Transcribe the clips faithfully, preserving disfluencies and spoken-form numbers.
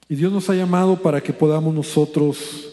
Y Dios nos ha llamado para que podamos nosotros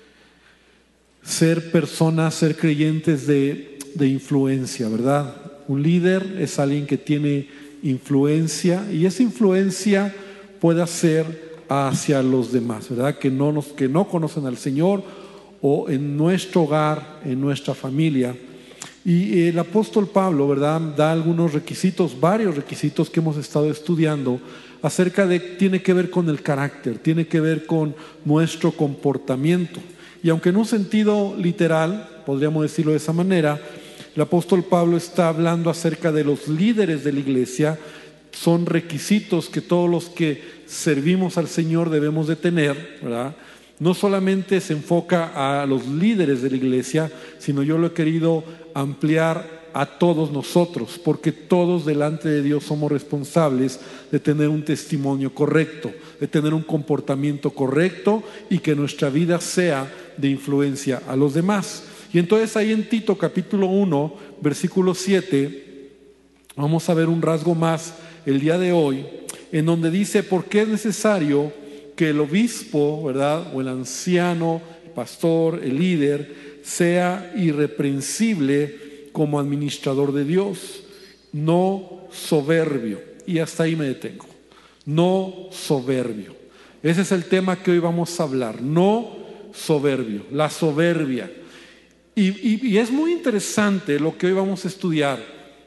ser personas, ser creyentes de, de influencia, ¿verdad? Un líder es alguien que tiene influencia, y esa influencia puede ser hacia los demás, ¿verdad? Que no, nos, que no conocen al Señor, o en nuestro hogar, en nuestra familia. Y el apóstol Pablo, ¿verdad?, da algunos requisitos, varios requisitos que hemos estado estudiando acerca de, tiene que ver con el carácter, tiene que ver con nuestro comportamiento. Y aunque en un sentido literal, podríamos decirlo de esa manera, el apóstol Pablo está hablando acerca de los líderes de la iglesia. Son requisitos que todos los que servimos al Señor debemos de tener, ¿verdad? No solamente se enfoca a los líderes de la iglesia, sino yo lo he querido ampliar a todos nosotros, porque todos delante de Dios somos responsables de tener un testimonio correcto, de tener un comportamiento correcto, y que nuestra vida sea de influencia a los demás. Y entonces ahí en Tito capítulo uno, versículo siete, vamos a ver un rasgo más el día de hoy, en donde dice: porque es necesario que el obispo, ¿verdad?, o el anciano, el pastor, el líder, sea irreprensible como administrador de Dios, no soberbio. Y hasta ahí me detengo. No soberbio. Ese es el tema que hoy vamos a hablar. No soberbio, la soberbia. Y, y, y es muy interesante lo que hoy vamos a estudiar,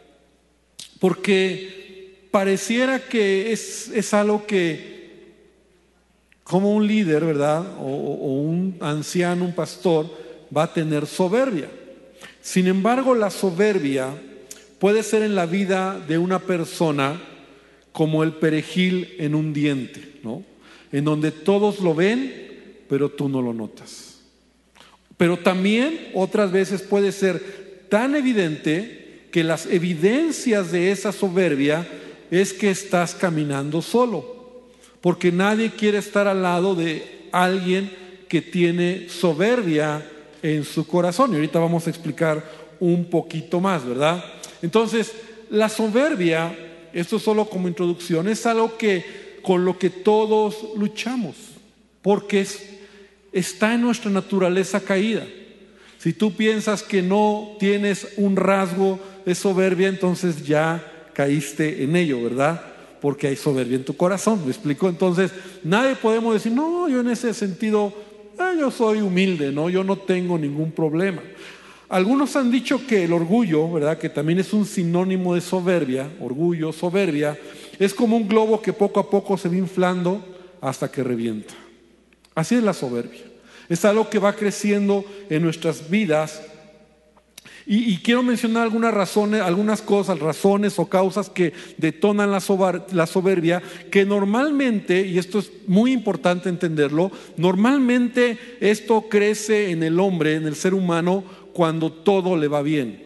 porque pareciera que es, es algo que, como un líder, ¿verdad?, o, o un anciano, un pastor, va a tener soberbia. Sin embargo, la soberbia puede ser en la vida de una persona como el perejil en un diente, ¿no?, en donde todos lo ven, pero tú no lo notas. Pero también otras veces puede ser tan evidente que las evidencias de esa soberbia es que estás caminando solo, porque nadie quiere estar al lado de alguien que tiene soberbia en su corazón. Y ahorita vamos a explicar un poquito más, ¿verdad? Entonces, la soberbia, esto solo como introducción, es algo que con lo que todos luchamos, porque es, está en nuestra naturaleza caída. Si tú piensas que no tienes un rasgo de soberbia, entonces ya caíste en ello, ¿verdad? Porque hay soberbia en tu corazón, ¿me explico? Entonces, nadie podemos decir: no, yo en ese sentido, eh, yo soy humilde, ¿no? Yo no tengo ningún problema. Algunos han dicho que el orgullo, ¿verdad?, que también es un sinónimo de soberbia, orgullo, soberbia, es como un globo que poco a poco se va inflando hasta que revienta. Así es la soberbia. Es algo que va creciendo en nuestras vidas. Y, y quiero mencionar algunas razones, algunas cosas, razones o causas que detonan la, sobar, la soberbia, que normalmente, y esto es muy importante entenderlo, normalmente esto crece en el hombre, en el ser humano, cuando todo le va bien.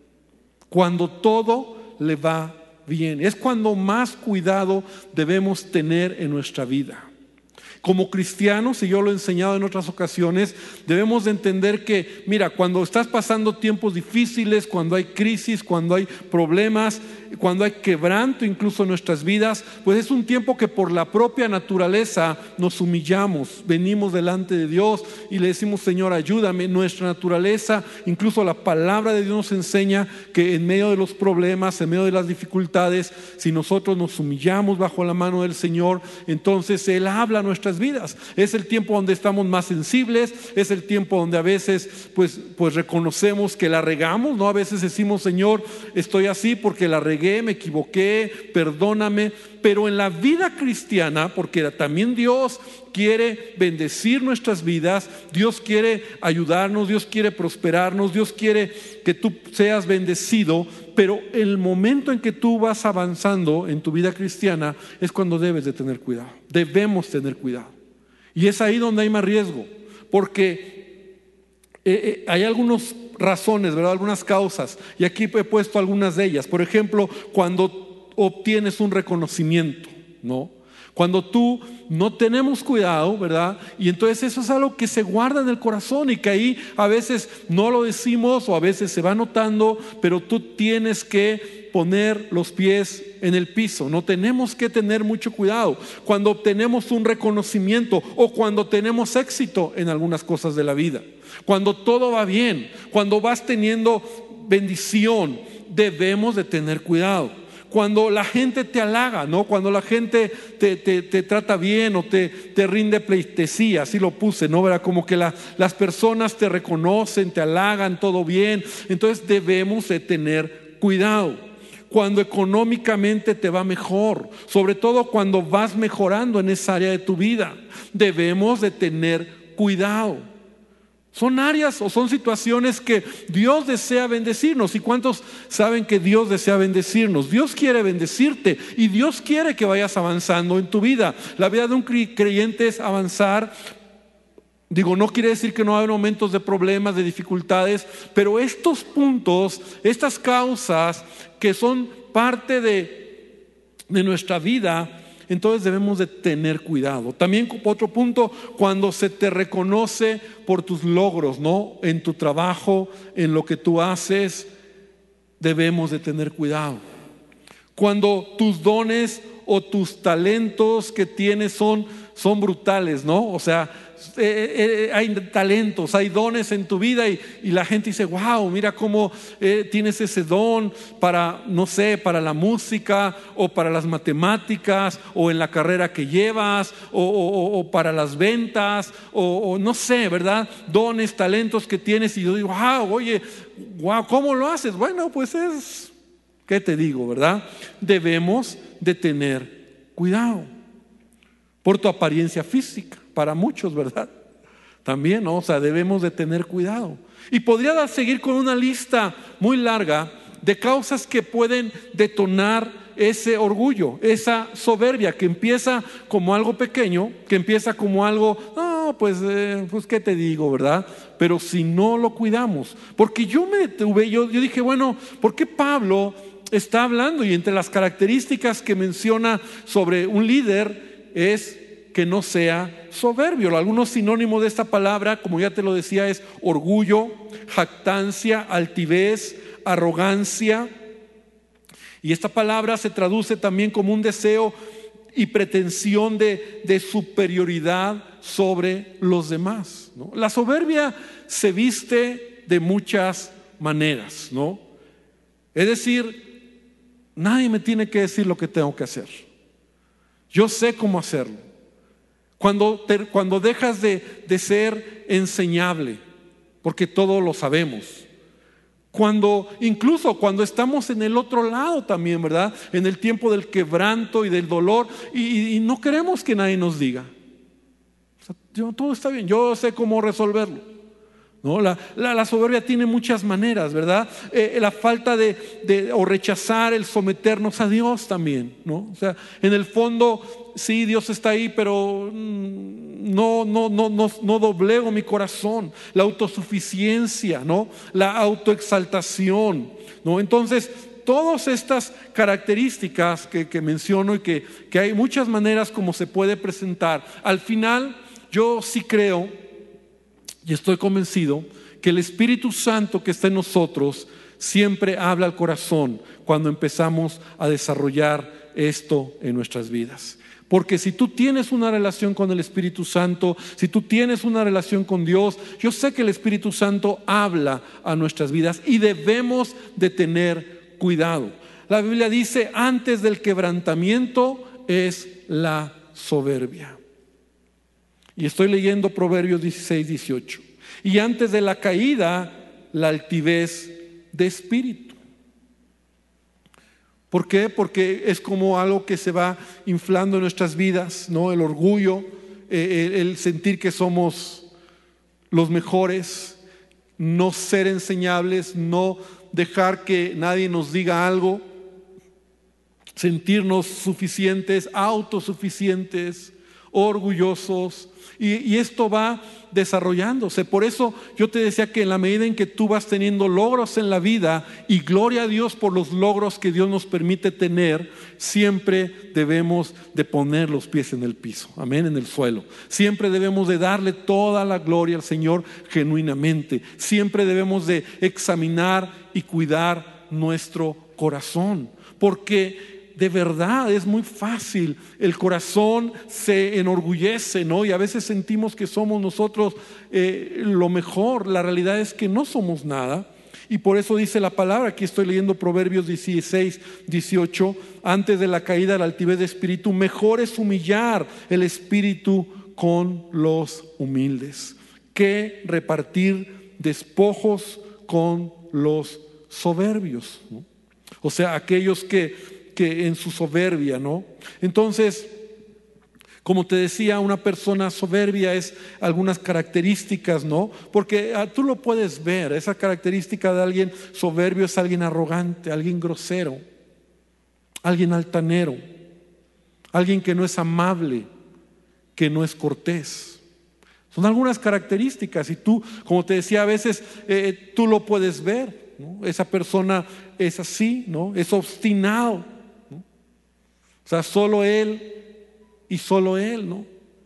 Cuando todo le va bien. Es cuando más cuidado debemos tener en nuestra vida. Como cristianos, y yo lo he enseñado en otras ocasiones, debemos de entender que, mira, cuando estás pasando tiempos difíciles, cuando hay crisis, cuando hay problemas, cuando hay quebranto incluso en nuestras vidas, pues es un tiempo que por la propia naturaleza nos humillamos, venimos delante de Dios y le decimos: Señor, ayúdame. Nuestra naturaleza, incluso la palabra de Dios nos enseña que en medio de los problemas, en medio de las dificultades, si nosotros nos humillamos bajo la mano del Señor, entonces Él habla a nuestras vidas. Es el tiempo donde estamos más sensibles, es el tiempo donde a veces pues, pues reconocemos que la regamos, ¿no? A veces decimos: Señor, estoy así porque la regué, me equivoqué, perdóname. Pero en la vida cristiana, porque también Dios quiere bendecir nuestras vidas, Dios quiere ayudarnos, Dios quiere prosperarnos, Dios quiere que tú seas bendecido, pero el momento en que tú vas avanzando en tu vida cristiana es cuando debes de tener cuidado, debemos tener cuidado. Y es ahí donde hay más riesgo, porque eh, eh, hay algunas razones, ¿verdad?, algunas causas, y aquí he puesto algunas de ellas. Por ejemplo, cuando obtienes un reconocimiento, ¿no? Cuando tú no tenemos cuidado, ¿verdad? Y entonces eso es algo que se guarda en el corazón y que ahí a veces no lo decimos o a veces se va notando, pero tú tienes que poner los pies en el piso. No tenemos que tener mucho cuidado cuando obtenemos un reconocimiento o cuando tenemos éxito en algunas cosas de la vida. Cuando todo va bien, cuando vas teniendo bendición, debemos de tener cuidado. Cuando la gente te halaga, ¿no? Cuando la gente te, te, te trata bien o te, te rinde pleitesía, así lo puse, ¿no? ¿Verdad? Como que la, las personas te reconocen, te halagan, todo bien. Entonces debemos de tener cuidado. Cuando económicamente te va mejor, sobre todo cuando vas mejorando en esa área de tu vida, debemos de tener cuidado. Son áreas o son situaciones que Dios desea bendecirnos. ¿Y cuántos saben que Dios desea bendecirnos? Dios quiere bendecirte y Dios quiere que vayas avanzando en tu vida. La vida de un creyente es avanzar. Digo, no quiere decir que no haya momentos de problemas, de dificultades, pero estos puntos, estas causas que son parte de, de nuestra vida, entonces debemos de tener cuidado. También otro punto, cuando se te reconoce por tus logros, ¿no? En tu trabajo, en lo que tú haces, debemos de tener cuidado. Cuando tus dones o tus talentos que tienes son, son brutales, ¿no? O sea, eh, eh, hay talentos, hay dones en tu vida y, y la gente dice, wow, mira cómo eh, tienes ese don para, no sé, para la música o para las matemáticas o en la carrera que llevas o, o, o para las ventas o, o no sé, ¿verdad? Dones, talentos que tienes y yo digo, wow, oye, wow, ¿cómo lo haces? Bueno, pues es, ¿qué te digo, verdad? Debemos de tener cuidado por tu apariencia física. Para muchos, ¿verdad? También, ¿no? O sea, debemos de tener cuidado. Y podría seguir con una lista muy larga de causas que pueden detonar ese orgullo, esa soberbia que empieza como algo pequeño, que empieza como algo, no, pues, eh, pues qué te digo, ¿verdad? Pero si no lo cuidamos, porque yo me detuve, yo, yo dije, bueno, ¿por qué Pablo está hablando? Y entre las características que menciona sobre un líder es que no sea soberbio. Algunos sinónimos de esta palabra, como ya te lo decía, es orgullo, jactancia, altivez, arrogancia. Y esta palabra se traduce también como un deseo y pretensión de, de superioridad sobre los demás, ¿no? La soberbia se viste de muchas maneras, ¿no? Es decir, nadie me tiene que decir lo que tengo que hacer. Yo sé cómo hacerlo. Cuando, te, cuando dejas de, de ser enseñable, porque todo lo sabemos. Cuando, incluso cuando estamos en el otro lado también, ¿verdad? En el tiempo del quebranto y del dolor, y, y no queremos que nadie nos diga. O sea, yo, todo está bien, yo sé cómo resolverlo. ¿No? La, la, la soberbia tiene muchas maneras, ¿verdad? Eh, la falta de, de o rechazar el someternos a Dios también, ¿no? O sea, en el fondo sí, Dios está ahí, pero mm, no, no, no, no, no doblego mi corazón. La autosuficiencia, ¿no? La autoexaltación, ¿no? Entonces, todas estas características que, que menciono y que, que hay muchas maneras como se puede presentar. Al final, yo sí creo y estoy convencido que el Espíritu Santo que está en nosotros siempre habla al corazón cuando empezamos a desarrollar esto en nuestras vidas. Porque si tú tienes una relación con el Espíritu Santo, si tú tienes una relación con Dios, yo sé que el Espíritu Santo habla a nuestras vidas y debemos de tener cuidado. La Biblia dice, antes del quebrantamiento es la soberbia. Y estoy leyendo Proverbios dieciséis, dieciocho. Y antes de la caída, la altivez de espíritu. ¿Por qué? Porque es como algo que se va inflando en nuestras vidas, ¿no? El orgullo, eh, el sentir que somos los mejores, no ser enseñables, no dejar que nadie nos diga algo, sentirnos suficientes, autosuficientes. orgullosos. Y, y esto va desarrollándose. Por eso yo te decía que en la medida en que tú vas teniendo logros en la vida, y gloria a Dios por los logros que Dios nos permite tener, siempre debemos de poner los pies en el piso, amén, en el suelo. Siempre debemos de darle toda la gloria al Señor genuinamente. Siempre debemos de examinar y cuidar nuestro corazón, porque de verdad es muy fácil. El corazón se enorgullece, ¿no? Y a veces sentimos que somos nosotros eh, lo mejor. La realidad es que no somos nada. Y por eso dice la palabra, aquí estoy leyendo Proverbios dieciséis, dieciocho, antes de la caída de la altivez de espíritu, mejor es humillar el espíritu con los humildes que repartir despojos con los soberbios, ¿no? O sea, aquellos que que en su soberbia, ¿no? Entonces, como te decía, una persona soberbia es algunas características, ¿no? Porque ah, tú lo puedes ver, esa característica de alguien soberbio es alguien arrogante, alguien grosero, alguien altanero, alguien que no es amable, que no es cortés. Son algunas características y tú, como te decía, a veces eh, tú lo puedes ver, ¿no? Esa persona es así, ¿no? Es obstinado, ¿no? O sea, solo él y solo él, ¿no?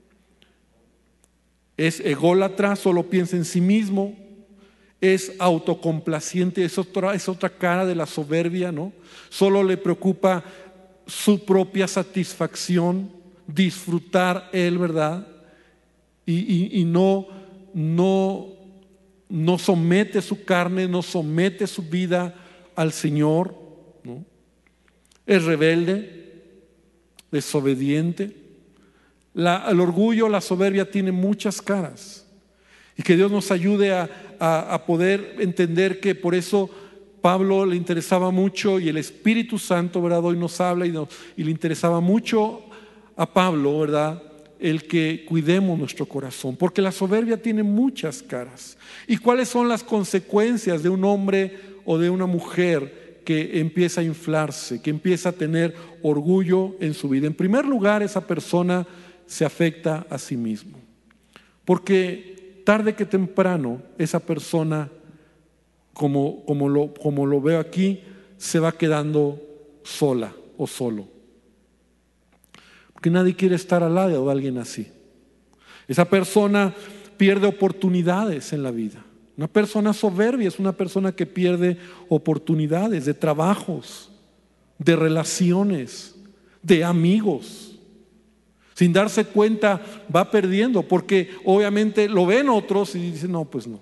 Es ególatra, solo piensa en sí mismo. Es autocomplaciente, es otra, es otra cara de la soberbia, ¿no? Solo le preocupa su propia satisfacción, disfrutar él, ¿verdad? Y, y, y no, no, no somete su carne, no somete su vida al Señor, ¿no? Es rebelde, desobediente. La, el orgullo, la soberbia tiene muchas caras. Y que Dios nos ayude a, a, a poder entender que por eso Pablo le interesaba mucho, y el Espíritu Santo, ¿verdad?, hoy nos habla y, nos, y le interesaba mucho a Pablo, ¿verdad?, el que cuidemos nuestro corazón, porque la soberbia tiene muchas caras. ¿Y cuáles son las consecuencias de un hombre o de una mujer que empieza a inflarse, que empieza a tener orgullo en su vida? En primer lugar, esa persona se afecta a sí mismo, porque tarde que temprano esa persona, como, como, lo, como lo veo aquí, se va quedando sola o solo, porque nadie quiere estar al lado de alguien así. Esa persona pierde oportunidades en la vida. Una persona soberbia es una persona que pierde oportunidades de trabajos, de relaciones, de amigos. Sin darse cuenta va perdiendo, porque obviamente lo ven otros y dicen, no, pues no.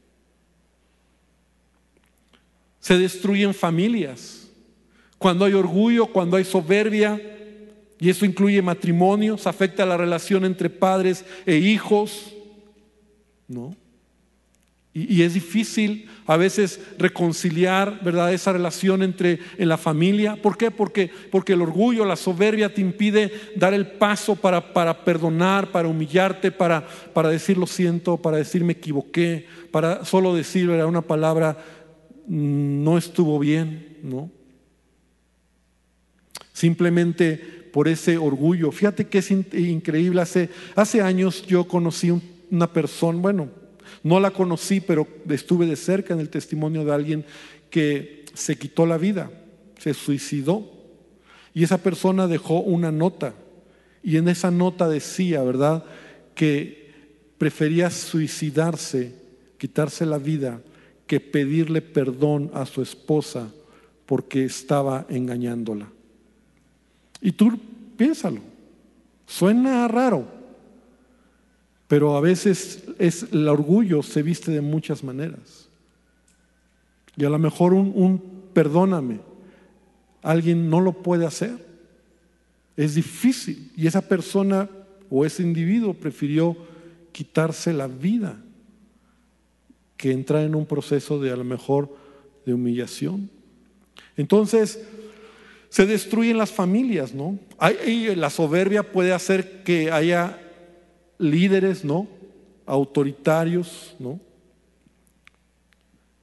Se destruyen familias cuando hay orgullo, cuando hay soberbia, y eso incluye matrimonios, afecta la relación entre padres e hijos, ¿no? Y, y es difícil a veces reconciliar, ¿verdad?, esa relación entre en la familia. ¿Por qué? Porque, porque el orgullo, la soberbia te impide dar el paso para, para perdonar, para humillarte, para, para decir lo siento, para decir me equivoqué, para solo decir, ¿verdad?, una palabra, no estuvo bien, ¿no? Simplemente por ese orgullo. Fíjate que es increíble. Hace, hace años yo conocí una persona, bueno, no la conocí, pero estuve de cerca en el testimonio de alguien que se quitó la vida, se suicidó. Y esa persona dejó una nota. Y en esa nota decía, ¿verdad?, que prefería suicidarse, quitarse la vida, que pedirle perdón a su esposa porque estaba engañándola. Y tú piénsalo, suena raro, pero a veces es, el orgullo se viste de muchas maneras. Y a lo mejor un, un perdóname, alguien no lo puede hacer. Es difícil. Y esa persona o ese individuo prefirió quitarse la vida que entrar en un proceso de a lo mejor de humillación. Entonces se destruyen las familias, ¿no? Hay, la soberbia puede hacer que haya líderes, ¿no?, autoritarios, ¿no?,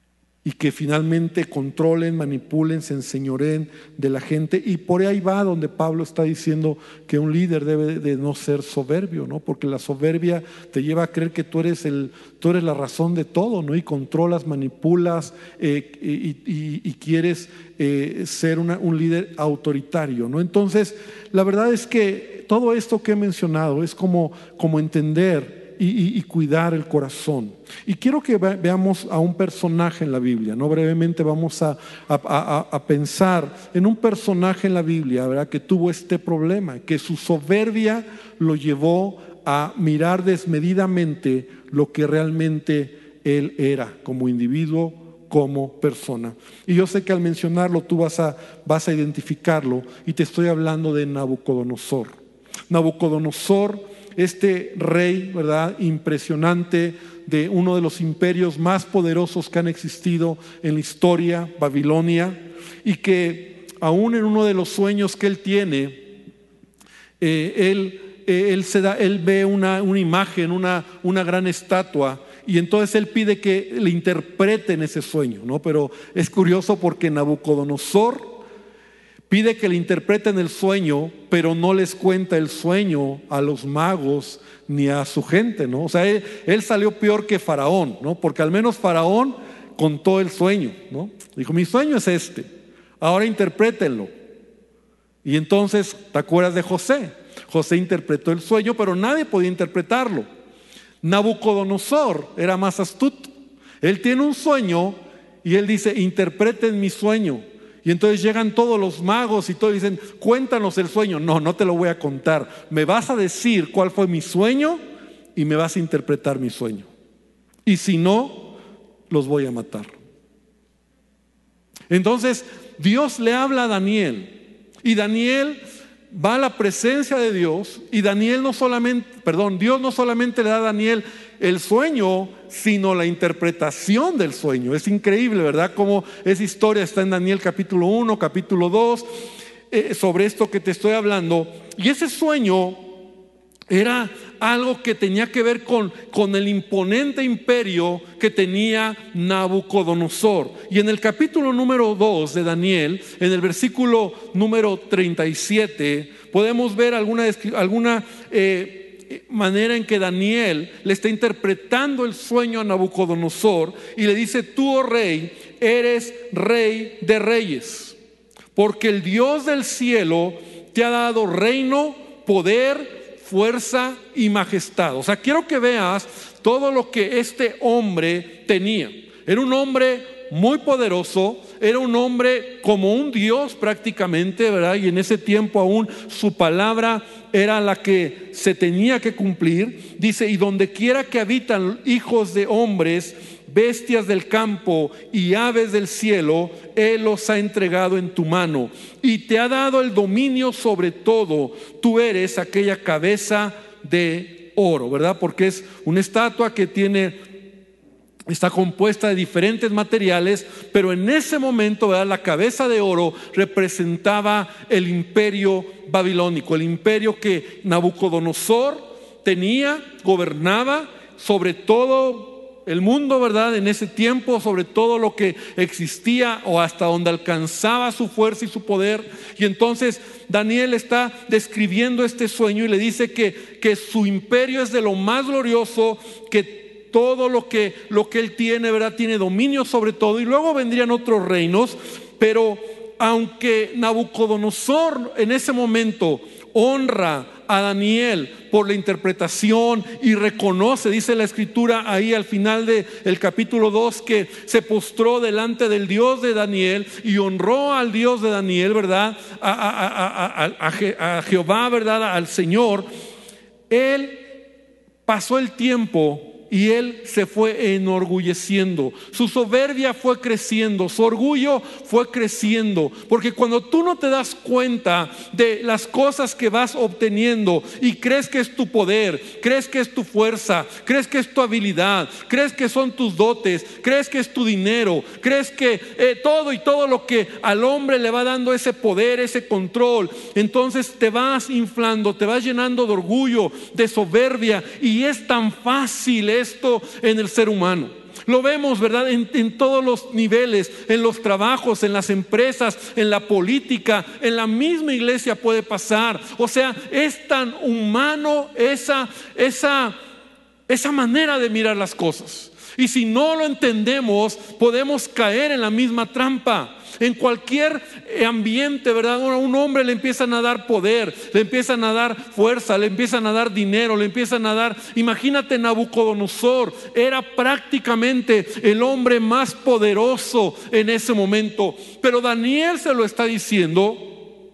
y que finalmente controlen, manipulen, se enseñoreen de la gente. Y por ahí va donde Pablo está diciendo que un líder debe de no ser soberbio, ¿no? Porque la soberbia te lleva a creer que tú eres, el, tú eres la razón de todo, ¿no? Y controlas, manipulas eh, y, y, y quieres eh, ser una, un líder autoritario, ¿no? Entonces, la verdad es que todo esto que he mencionado es como, como entender Y, y, y cuidar el corazón. Y quiero que ve, veamos a un personaje en la Biblia, ¿no? Brevemente vamos a, a, a, a pensar en un personaje en la Biblia, ¿verdad?, que tuvo este problema, que su soberbia lo llevó a mirar desmedidamente lo que realmente él era como individuo, como persona. Y yo sé que al mencionarlo tú vas a, vas a identificarlo, y te estoy hablando de Nabucodonosor. Nabucodonosor, este rey, ¿verdad?, impresionante, de uno de los imperios más poderosos que han existido en la historia, Babilonia, y que aún en uno de los sueños que él tiene, eh, él, eh, él, se da, él ve una, una imagen, una, una gran estatua, y entonces él pide que le interpreten ese sueño, ¿no? Pero es curioso porque Nabucodonosor pide que le interpreten el sueño, pero no les cuenta el sueño a los magos ni a su gente, ¿no? O sea, él, él salió peor que Faraón, ¿no? Porque al menos Faraón contó el sueño, ¿no? Dijo, mi sueño es este, ahora interprétenlo. Y entonces, ¿te acuerdas de José? José interpretó el sueño, pero nadie podía interpretarlo. Nabucodonosor era más astuto. Él tiene un sueño y él dice, interpreten mi sueño. Y entonces llegan todos los magos y todos dicen, cuéntanos el sueño. No, no te lo voy a contar. Me vas a decir cuál fue mi sueño y me vas a interpretar mi sueño. Y si no, los voy a matar. Entonces Dios le habla a Daniel, y Daniel va a la presencia de Dios, y Daniel no solamente, perdón, Dios no solamente le da a Daniel el sueño, sino la interpretación del sueño. Es increíble, ¿verdad?, cómo esa historia está en Daniel capítulo uno, capítulo dos, eh, sobre esto que te estoy hablando. Y ese sueño era algo que tenía que ver con, con el imponente imperio que tenía Nabucodonosor. Y en el capítulo número dos de Daniel, en el versículo número treinta y siete, podemos ver alguna, alguna eh, manera en que Daniel le está interpretando el sueño a Nabucodonosor y le dice, tú, oh rey, eres rey de reyes, porque el Dios del cielo te ha dado reino, poder, fuerza y majestad. O sea, quiero que veas todo lo que este hombre tenía. Era un hombre muy poderoso, era un hombre como un Dios prácticamente, ¿verdad? Y en ese tiempo aún su palabra era la que se tenía que cumplir. Dice, y donde quiera que habitan hijos de hombres, bestias del campo y aves del cielo, Él los ha entregado en tu mano y te ha dado el dominio sobre todo. Tú eres aquella cabeza de oro, ¿verdad? Porque es una estatua que tiene, está compuesta de diferentes materiales, pero en ese momento, ¿verdad?, la cabeza de oro representaba el imperio babilónico, el imperio que Nabucodonosor tenía, gobernaba sobre todo el mundo, ¿verdad?, en ese tiempo, sobre todo lo que existía o hasta donde alcanzaba su fuerza y su poder. Y entonces Daniel está describiendo este sueño y le dice que, que su imperio es de lo más glorioso, que todo lo que, lo que él tiene, ¿verdad?, tiene dominio sobre todo, y luego vendrían otros reinos. Pero aunque Nabucodonosor en ese momento honra a Daniel por la interpretación y reconoce, dice la escritura ahí al final del capítulo dos, que se postró delante del Dios de Daniel y honró al Dios de Daniel, ¿verdad?, a, a, a, a, a, a Jehová, ¿verdad?, al Señor. Él pasó el tiempo y él se fue enorgulleciendo. Su soberbia fue creciendo, su orgullo fue creciendo. Porque cuando tú no te das cuenta de las cosas que vas obteniendo y crees que es tu poder, crees que es tu fuerza, crees que es tu habilidad, crees que son tus dotes, crees que es tu dinero, crees que eh, todo y todo lo que al hombre le va dando ese poder, ese control, entonces te vas inflando, te vas llenando de orgullo, de soberbia. Y es tan fácil esto en el ser humano. Lo vemos, ¿verdad? En, en todos los niveles, en los trabajos, en las empresas, en la política, en la misma iglesia puede pasar. O sea, es tan humano esa, esa, esa manera de mirar las cosas. Y si no lo entendemos, podemos caer en la misma trampa. En cualquier ambiente, ¿verdad? A un hombre le empiezan a dar poder, le empiezan a dar fuerza, le empiezan a dar dinero, le empiezan a dar... Imagínate, Nabucodonosor era prácticamente el hombre más poderoso en ese momento. Pero Daniel se lo está diciendo.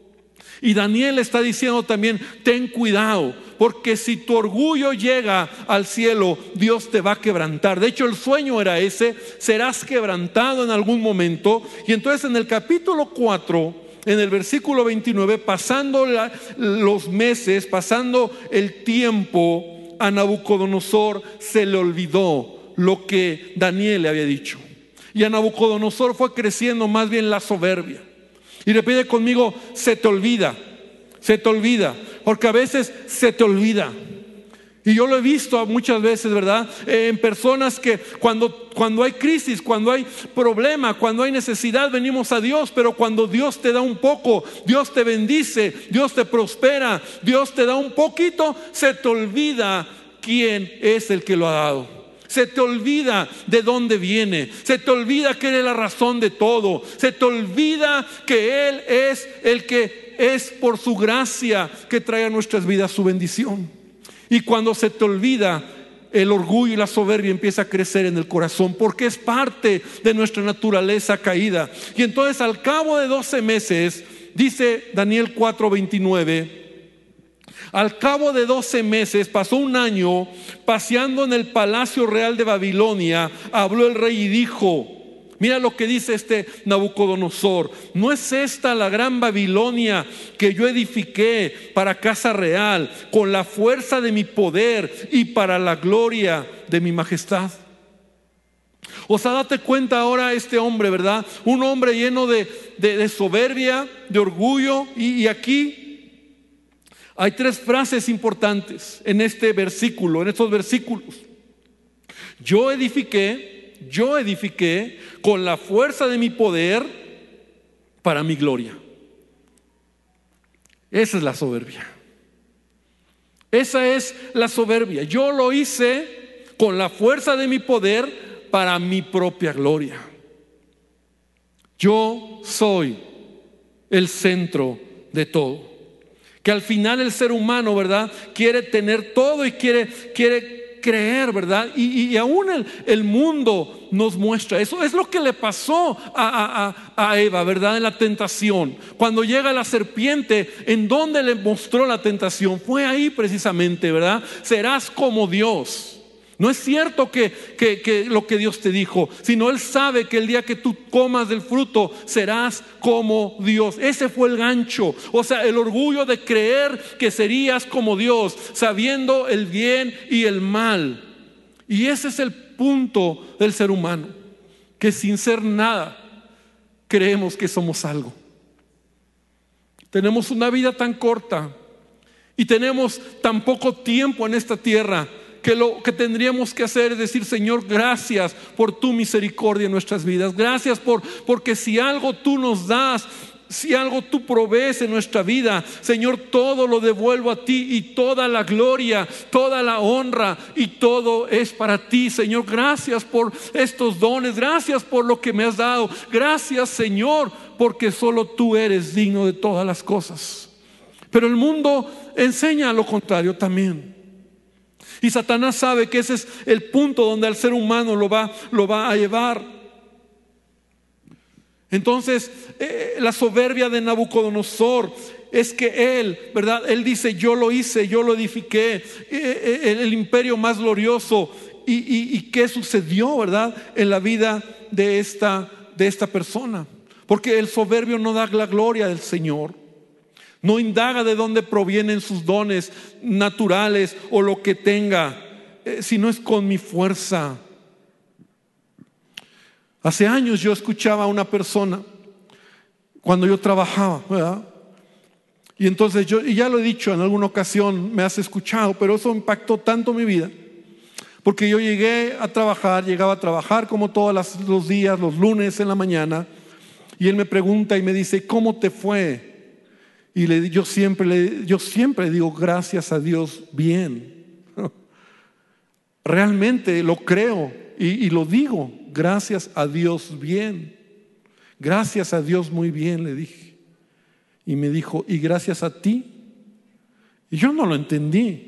Y Daniel está diciendo también, ten cuidado, porque si tu orgullo llega al cielo, Dios te va a quebrantar. De hecho, el sueño era ese: serás quebrantado en algún momento. Y entonces en el capítulo cuatro, en el versículo veintinueve, pasando la, los meses, pasando el tiempo, a Nabucodonosor se le olvidó lo que Daniel le había dicho. Y a Nabucodonosor fue creciendo más bien la soberbia. Y repite conmigo: se te olvida, se te olvida, porque a veces se te olvida. Y yo lo he visto muchas veces, ¿verdad? Eh, en personas que cuando, cuando hay crisis, cuando hay problema, cuando hay necesidad, venimos a Dios. Pero cuando Dios te da un poco, Dios te bendice, Dios te prospera, Dios te da un poquito, se te olvida quién es el que lo ha dado. Se te olvida de dónde viene. Se te olvida que Él es la razón de todo. Se te olvida que Él es el que es por su gracia que trae a nuestras vidas su bendición. Y cuando se te olvida, el orgullo y la soberbia empieza a crecer en el corazón, porque es parte de nuestra naturaleza caída. Y entonces, al cabo de doce meses, dice Daniel cuatro veintinueve, al cabo de doce meses, pasó un año, paseando en el palacio real de Babilonia, habló el rey y dijo, mira lo que dice este Nabucodonosor: ¿no es esta la gran Babilonia que yo edifiqué para casa real, con la fuerza de mi poder y para la gloria de mi majestad? O sea, date cuenta ahora este hombre, ¿verdad? Un hombre lleno de, de, de soberbia, de orgullo. Y, y aquí hay tres frases importantes en este versículo, en estos versículos. Yo edifiqué, yo edifiqué con la fuerza de mi poder para mi gloria. Esa es la soberbia. Esa es la soberbia. Yo lo hice con la fuerza de mi poder para mi propia gloria. Yo soy el centro de todo. Que al final el ser humano, ¿verdad?, quiere tener todo y quiere, quiere creer, ¿verdad? Y, y aún el, el mundo nos muestra eso. Es lo que le pasó a, a, a Eva, ¿verdad?, en la tentación. Cuando llega la serpiente, ¿en dónde le mostró la tentación? Fue ahí precisamente, ¿verdad? Serás como Dios. No es cierto que, que, que lo que Dios te dijo, sino Él sabe que el día que tú comas del fruto serás como Dios. Ese fue el gancho. O sea, el orgullo de creer que serías como Dios, sabiendo el bien y el mal. Y ese es el punto del ser humano, que sin ser nada creemos que somos algo. Tenemos una vida tan corta y tenemos tan poco tiempo en esta tierra, que lo que tendríamos que hacer es decir: Señor, gracias por tu misericordia en nuestras vidas. Gracias por, porque si algo tú nos das, si algo tú provees en nuestra vida, Señor, todo lo devuelvo a ti, y toda la gloria, toda la honra y todo es para ti. Señor, gracias por estos dones, gracias por lo que me has dado. Gracias, Señor, porque solo tú eres digno de todas las cosas. Pero el mundo enseña lo contrario también. Y Satanás sabe que ese es el punto donde al ser humano lo va, lo va a llevar. Entonces, eh, la soberbia de Nabucodonosor es que él, ¿verdad? Él dice: yo lo hice, yo lo edifiqué, eh, eh, el, el imperio más glorioso. Y, y, y ¿qué sucedió, verdad?, en la vida de esta, de esta persona? Porque el soberbio no da la gloria del Señor. No indaga de dónde provienen sus dones naturales o lo que tenga, eh, sino es con mi fuerza. Hace años yo escuchaba a una persona cuando yo trabajaba, ¿verdad? Y entonces yo, y ya lo he dicho en alguna ocasión, me has escuchado, pero eso impactó tanto mi vida. Porque yo llegué a trabajar, llegaba a trabajar como todos las- los días, los lunes en la mañana, y él me pregunta y me dice, ¿cómo te fue? Y le, yo, siempre, le, yo siempre digo, gracias a Dios, bien. Realmente lo creo y, y lo digo, gracias a Dios, bien. Gracias a Dios, muy bien, le dije. Y me dijo, ¿y gracias a ti? Y yo no lo entendí.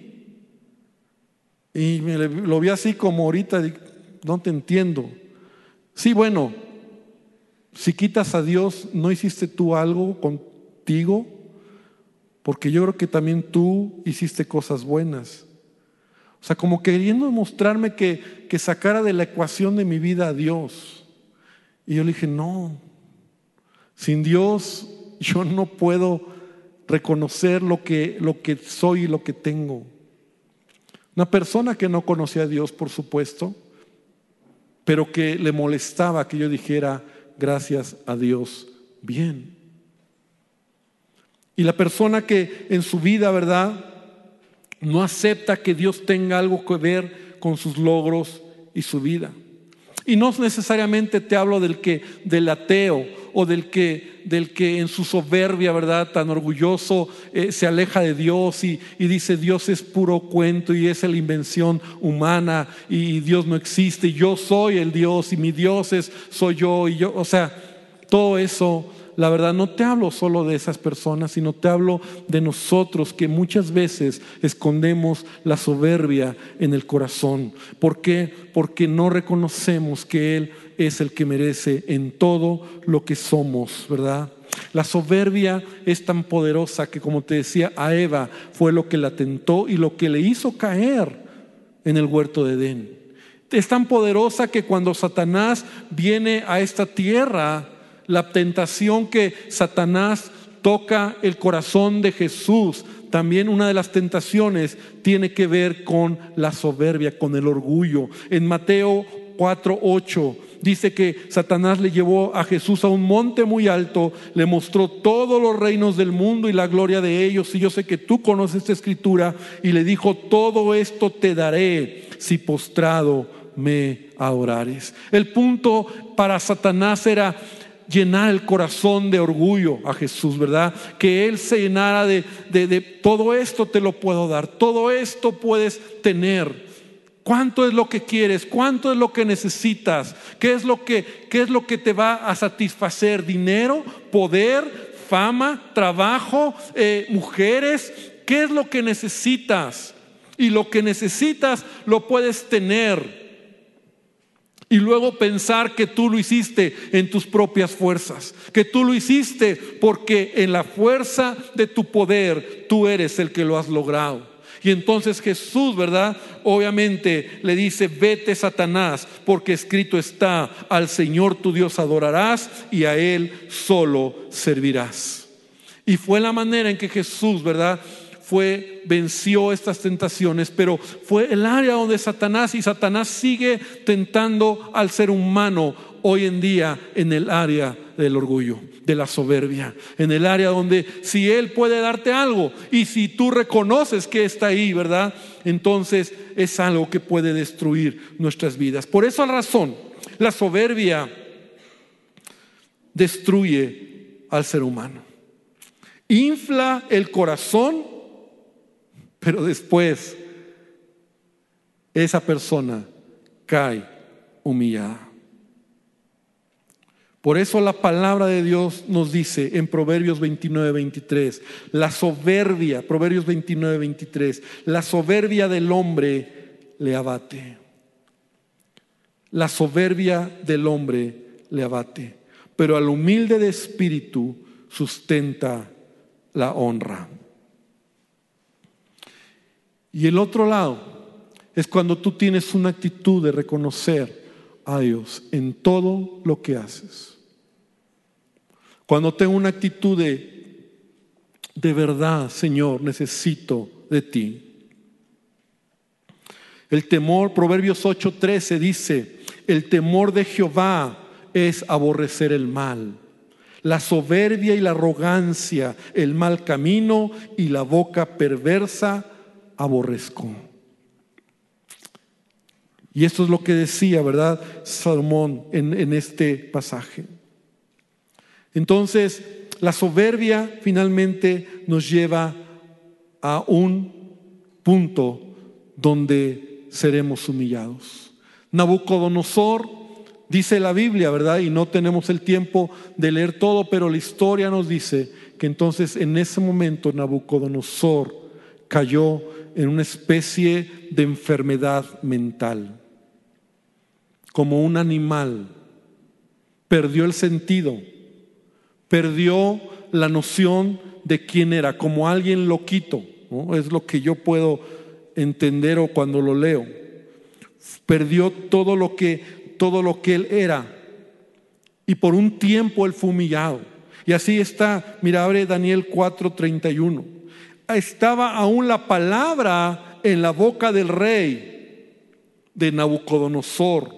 Y me lo vi así como ahorita, no te entiendo. Sí, bueno, si quitas a Dios, ¿no hiciste tú algo contigo? Porque yo creo que también tú hiciste cosas buenas. O sea, como queriendo mostrarme que, que sacara de la ecuación de mi vida a Dios. Y yo le dije, no, sin Dios yo no puedo reconocer lo que, lo que soy y lo que tengo. Una persona que no conocía a Dios, por supuesto, pero que le molestaba que yo dijera, gracias a Dios, bien. Y la persona que en su vida, ¿verdad?, no acepta que Dios tenga algo que ver con sus logros y su vida. Y no necesariamente te hablo del que, del ateo o del que, del que en su soberbia, ¿verdad?, tan orgulloso eh, se aleja de Dios y, y dice Dios es puro cuento y es la invención humana y Dios no existe. Yo soy el Dios y mi Dios es, soy yo y yo. O sea, todo eso, la verdad, no te hablo solo de esas personas, sino te hablo de nosotros que muchas veces escondemos la soberbia en el corazón. ¿Por qué? Porque no reconocemos que Él es el que merece en todo lo que somos, ¿verdad? La soberbia es tan poderosa que, como te decía, a Eva fue lo que la tentó y lo que le hizo caer en el huerto de Edén. Es tan poderosa que cuando Satanás viene a esta tierra, la tentación que Satanás toca el corazón de Jesús, también una de las tentaciones tiene que ver con la soberbia, con el orgullo. En Mateo cuatro ocho dice que Satanás le llevó a Jesús a un monte muy alto, le mostró todos los reinos del mundo y la gloria de ellos. Y yo sé que tú conoces esta escritura, y le dijo, todo esto te daré si postrado me adorares. El punto para Satanás era llenar el corazón de orgullo a Jesús, ¿verdad? Que Él se llenara de, de, de todo esto te lo puedo dar, todo esto puedes tener. ¿Cuánto es lo que quieres? ¿Cuánto es lo que necesitas? ¿Qué es lo que, qué es lo que te va a satisfacer? ¿Dinero? ¿Poder? ¿Fama? ¿Trabajo? Eh, ¿Mujeres? ¿Qué es lo que necesitas? Y lo que necesitas lo puedes tener. Y luego pensar que tú lo hiciste en tus propias fuerzas, que tú lo hiciste porque en la fuerza de tu poder tú eres el que lo has logrado. Y entonces Jesús, ¿verdad?, obviamente le dice, vete Satanás, porque escrito está, al Señor tu Dios adorarás y a Él solo servirás. Y fue la manera en que Jesús, ¿verdad?, fue, venció estas tentaciones, pero fue el área donde Satanás, y Satanás sigue tentando al ser humano hoy en día en el área del orgullo, de la soberbia, en el área donde si Él puede darte algo y si tú reconoces que está ahí, ¿verdad?, entonces es algo que puede destruir nuestras vidas. Por esa razón, la soberbia destruye al ser humano, infla el corazón, pero después esa persona cae humillada. Por eso la palabra de Dios nos dice en Proverbios veintinueve veintitrés, la soberbia, Proverbios veintinueve veintitrés, la soberbia del hombre le abate. La soberbia del hombre le abate, pero al humilde de espíritu sustenta la honra. Y el otro lado es cuando tú tienes una actitud de reconocer a Dios en todo lo que haces. Cuando tengo una actitud de, de verdad, Señor, necesito de ti. El temor, Proverbios ocho trece dice, el temor de Jehová es aborrecer el mal, la soberbia y la arrogancia, el mal camino y la boca perversa aborrezco. Y esto es lo que decía, ¿verdad?, Salomón en, en este pasaje. Entonces, la soberbia finalmente nos lleva a un punto donde seremos humillados. Nabucodonosor, dice la Biblia, ¿verdad?, y no tenemos el tiempo de leer todo, pero la historia nos dice que entonces en ese momento Nabucodonosor cayó en una especie de enfermedad mental. Como un animal, perdió el sentido, perdió la noción de quién era, como alguien loquito, ¿no? Es lo que yo puedo entender o cuando lo leo. Perdió todo lo que, todo lo que él era, y por un tiempo él fue humillado. Y así está, mira, abre Daniel cuatro treinta y uno. Estaba aún la palabra en la boca del rey de Nabucodonosor,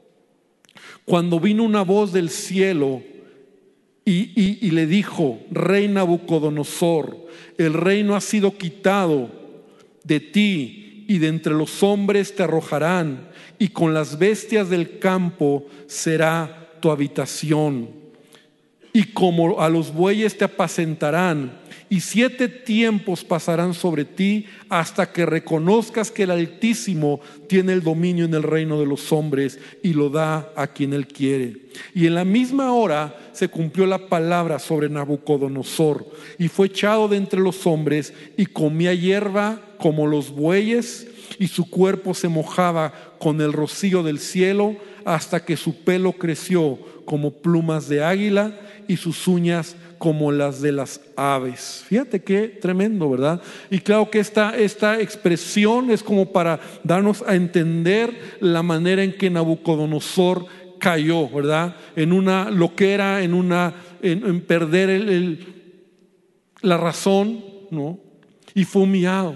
cuando vino una voz del cielo y, y, y le dijo: rey Nabucodonosor, el reino ha sido quitado de ti, y de entre los hombres te arrojarán, y con las bestias del campo será tu habitación, y como a los bueyes te apacentarán, y siete tiempos pasarán sobre ti hasta que reconozcas que el Altísimo tiene el dominio en el reino de los hombres y lo da a quien él quiere. Y en la misma hora se cumplió la palabra sobre Nabucodonosor, y fue echado de entre los hombres y comía hierba como los bueyes, y su cuerpo se mojaba con el rocío del cielo hasta que su pelo creció como plumas de águila y sus uñas como las de las aves. Fíjate qué tremendo, ¿verdad? Y claro que esta, esta expresión es como para darnos a entender la manera en que Nabucodonosor cayó, ¿verdad? En una loquera, en una en, en perder el, el, la razón, ¿no? Y fue humillado.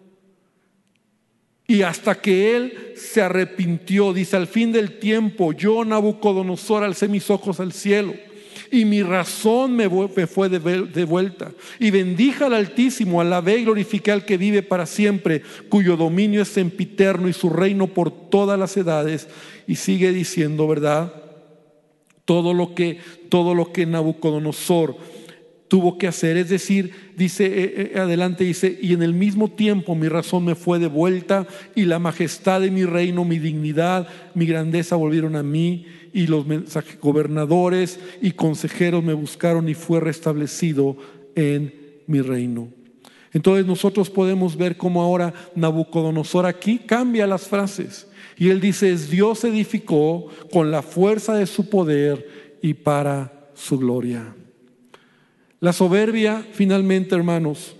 Y hasta que él se arrepintió, dice: al fin del tiempo, yo, Nabucodonosor, alcé mis ojos al cielo, y mi razón me fue de vuelta, y bendije al Altísimo, alabé y glorifiqué al que vive para siempre, cuyo dominio es sempiterno y su reino por todas las edades. Y sigue diciendo, ¿verdad?, todo lo que, todo lo que Nabucodonosor tuvo que hacer. Es decir, dice eh, eh, adelante, dice: y en el mismo tiempo mi razón me fue de vuelta, y la majestad de mi reino, mi dignidad, mi grandeza volvieron a mí, y los gobernadores y consejeros me buscaron, y fue restablecido en mi reino. Entonces nosotros podemos ver cómo ahora Nabucodonosor aquí cambia las frases, y él dice: Dios edificó con la fuerza de su poder y para su gloria. La soberbia, finalmente, hermanos,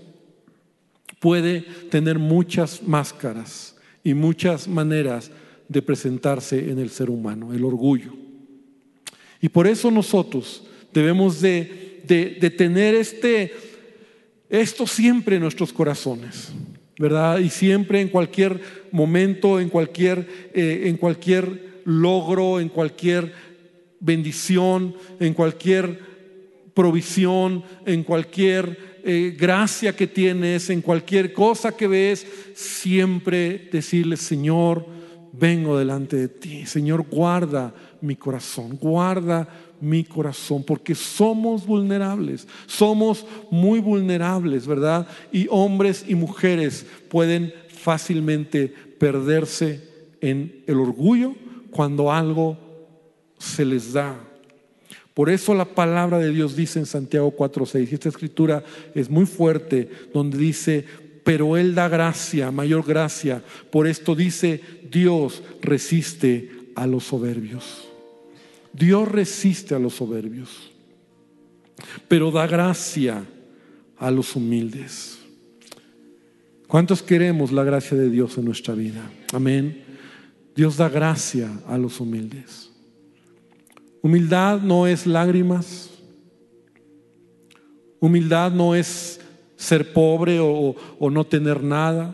puede tener muchas máscaras y muchas maneras de presentarse en el ser humano, el orgullo. Y por eso nosotros debemos de, de, de tener este, esto siempre en nuestros corazones, ¿verdad? Y siempre, en cualquier momento, en cualquier, eh, en cualquier logro, en cualquier bendición, en cualquier provisión, en cualquier eh, gracia que tienes, en cualquier cosa que ves, siempre decirle: Señor, vengo delante de ti. Señor, guarda mi corazón, guarda mi corazón, porque somos vulnerables, somos muy vulnerables, ¿verdad? Y hombres y mujeres pueden fácilmente perderse en el orgullo cuando algo se les da. Por eso la palabra de Dios dice en Santiago cuatro seis, y esta escritura es muy fuerte, donde dice: pero Él da gracia, mayor gracia. Por esto dice: Dios resiste a los soberbios. Dios resiste a los soberbios, pero da gracia a los humildes. ¿Cuántos queremos la gracia de Dios en nuestra vida? Amén. Dios da gracia a los humildes. Humildad no es lágrimas. Humildad no es ser pobre o, o no tener nada.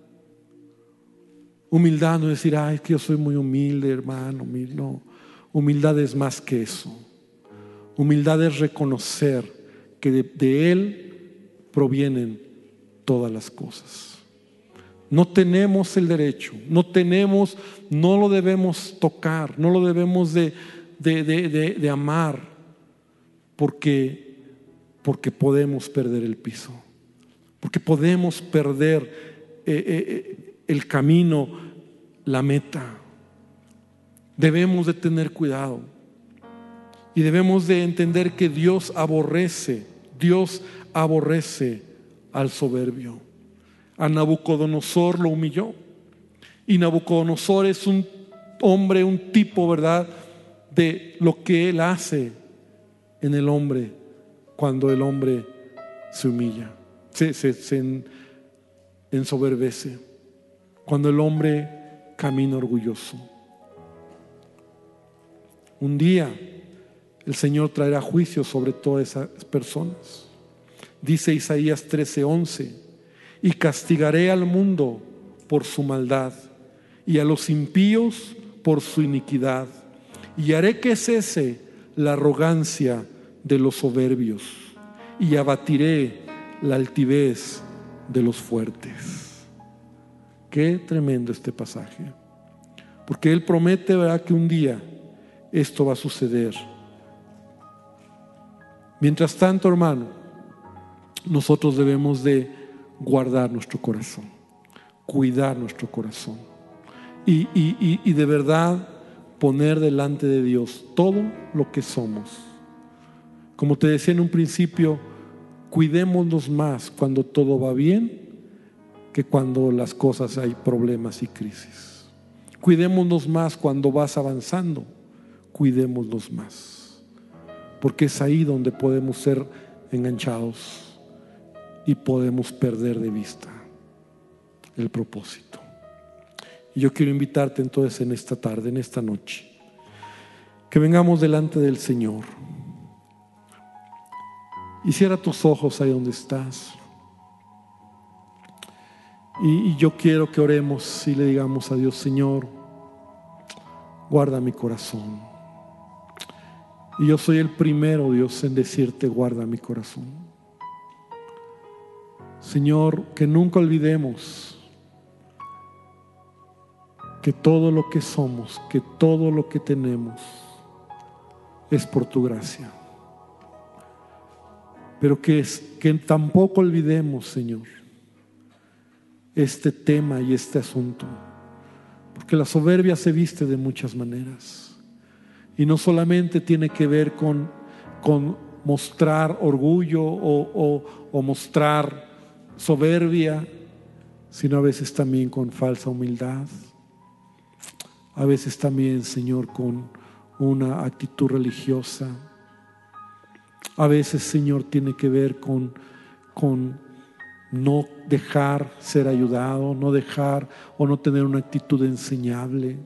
Humildad no es decir: ay, es que yo soy muy humilde, hermano. No, humildad es más que eso. Humildad es reconocer que de, de Él provienen todas las cosas. No tenemos el derecho, no tenemos, no lo debemos tocar, no lo debemos de, de, de, de, de amar, porque, porque podemos perder el piso, porque podemos perder eh, eh, el camino, la meta. Debemos de tener cuidado y debemos de entender que Dios aborrece, Dios aborrece al soberbio. A Nabucodonosor lo humilló, y Nabucodonosor es un hombre, un tipo, ¿verdad?, de lo que él hace en el hombre cuando el hombre se humilla, se, se, se ensoberbece, cuando el hombre camina orgulloso. Un día el Señor traerá juicio sobre todas esas personas. Dice Isaías trece once: y castigaré al mundo por su maldad y a los impíos por su iniquidad, y haré que cese la arrogancia de los soberbios y abatiré la altivez de los fuertes. Qué tremendo este pasaje, porque Él promete, ¿verdad?, que un día esto va a suceder. Mientras tanto, hermano, nosotros debemos de guardar nuestro corazón, cuidar nuestro corazón y, y, y, y de verdad poner delante de Dios todo lo que somos. Como te decía en un principio, cuidémonos más cuando todo va bien que cuando las cosas hay problemas y crisis. Cuidémonos más cuando vas avanzando, cuidémonos más, porque es ahí donde podemos ser enganchados y podemos perder de vista el propósito. Y yo quiero invitarte entonces en esta tarde, en esta noche, que vengamos delante del Señor. Y cierra tus ojos ahí donde estás. Y, y yo quiero que oremos y le digamos a Dios: Señor, guarda mi corazón. Y yo soy el primero, Dios, en decirte: guarda mi corazón. Señor, que nunca olvidemos que todo lo que somos, que todo lo que tenemos es por tu gracia. Pero que, es, que tampoco olvidemos, Señor, este tema y este asunto, porque la soberbia se viste de muchas maneras y no solamente tiene que ver con, con mostrar orgullo o, o, o mostrar soberbia, sino a veces también con falsa humildad, a veces también, Señor, con una actitud religiosa, a veces, Señor, tiene que ver con, con no dejar ser ayudado, no dejar o no tener una actitud enseñable.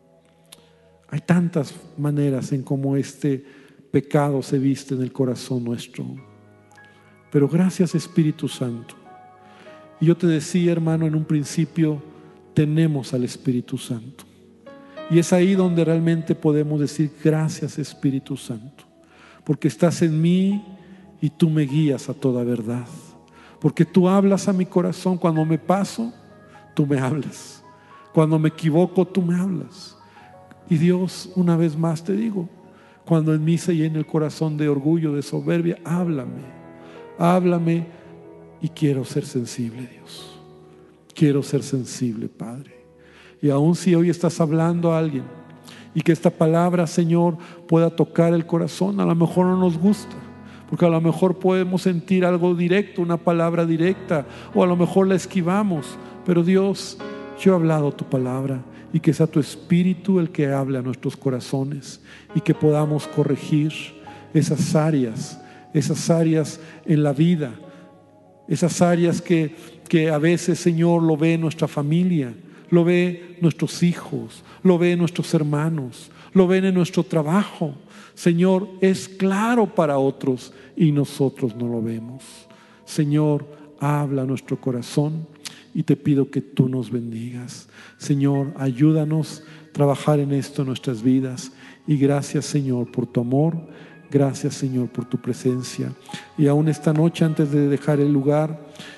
Hay tantas maneras en cómo este pecado se viste en el corazón nuestro, pero gracias, Espíritu Santo. Y yo te decía, hermano, en un principio, tenemos al Espíritu Santo. Y es ahí donde realmente podemos decir: gracias, Espíritu Santo, porque estás en mí y tú me guías a toda verdad. Porque tú hablas a mi corazón. Cuando me paso, tú me hablas. Cuando me equivoco, tú me hablas. Y Dios, una vez más te digo, cuando en mí se llena el corazón de orgullo, de soberbia, háblame, háblame. Y quiero ser sensible, Dios. Quiero ser sensible, Padre. Y aun si hoy estás hablando a alguien y que esta palabra, Señor, pueda tocar el corazón, a lo mejor no nos gusta, porque a lo mejor podemos sentir algo directo, una palabra directa, o a lo mejor la esquivamos. Pero Dios, yo he hablado tu palabra, y que sea tu Espíritu el que hable a nuestros corazones y que podamos corregir esas áreas, esas áreas en la vida, esas áreas que, que a veces, Señor, lo ve nuestra familia, lo ve nuestros hijos, lo ve nuestros hermanos, lo ven en nuestro trabajo. Señor, es claro para otros y nosotros no lo vemos. Señor, habla a nuestro corazón y te pido que tú nos bendigas. Señor, ayúdanos a trabajar en esto en nuestras vidas. Y gracias, Señor, por tu amor. Gracias, Señor, por tu presencia. Y aún esta noche, antes de dejar el lugar,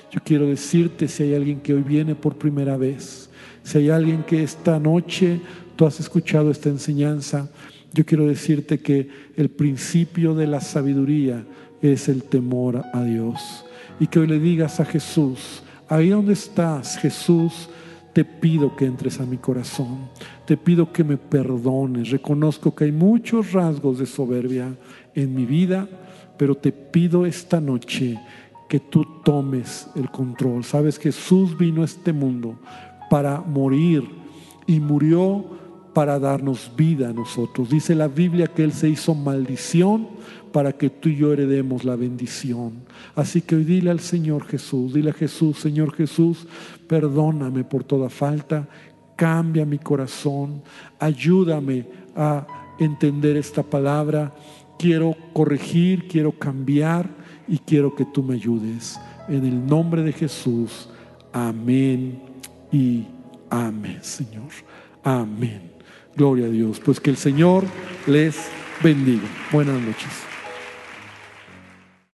Yo quiero decirte, si hay alguien que hoy viene por primera vez, si hay alguien que esta noche tú has escuchado esta enseñanza, yo quiero decirte que el principio de la sabiduría es el temor a Dios. Y que hoy le digas a Jesús, ahí donde estás, Jesús, te pido que entres a mi corazón, te pido que me perdones. Reconozco que hay muchos rasgos de soberbia en mi vida, pero te pido esta noche que tú tomes el control. Sabes, Jesús vino a este mundo para morir y murió para darnos vida a nosotros. Dice la Biblia que Él se hizo maldición para que tú y yo heredemos la bendición. Así que hoy dile al Señor Jesús, dile a Jesús, Señor Jesús, perdóname por toda falta, cambia mi corazón, ayúdame a entender esta palabra. Quiero corregir, quiero cambiar y quiero que tú me ayudes. En el nombre de Jesús, amén y amén, Señor. Amén. Gloria a Dios. Pues que el Señor les bendiga. Buenas noches.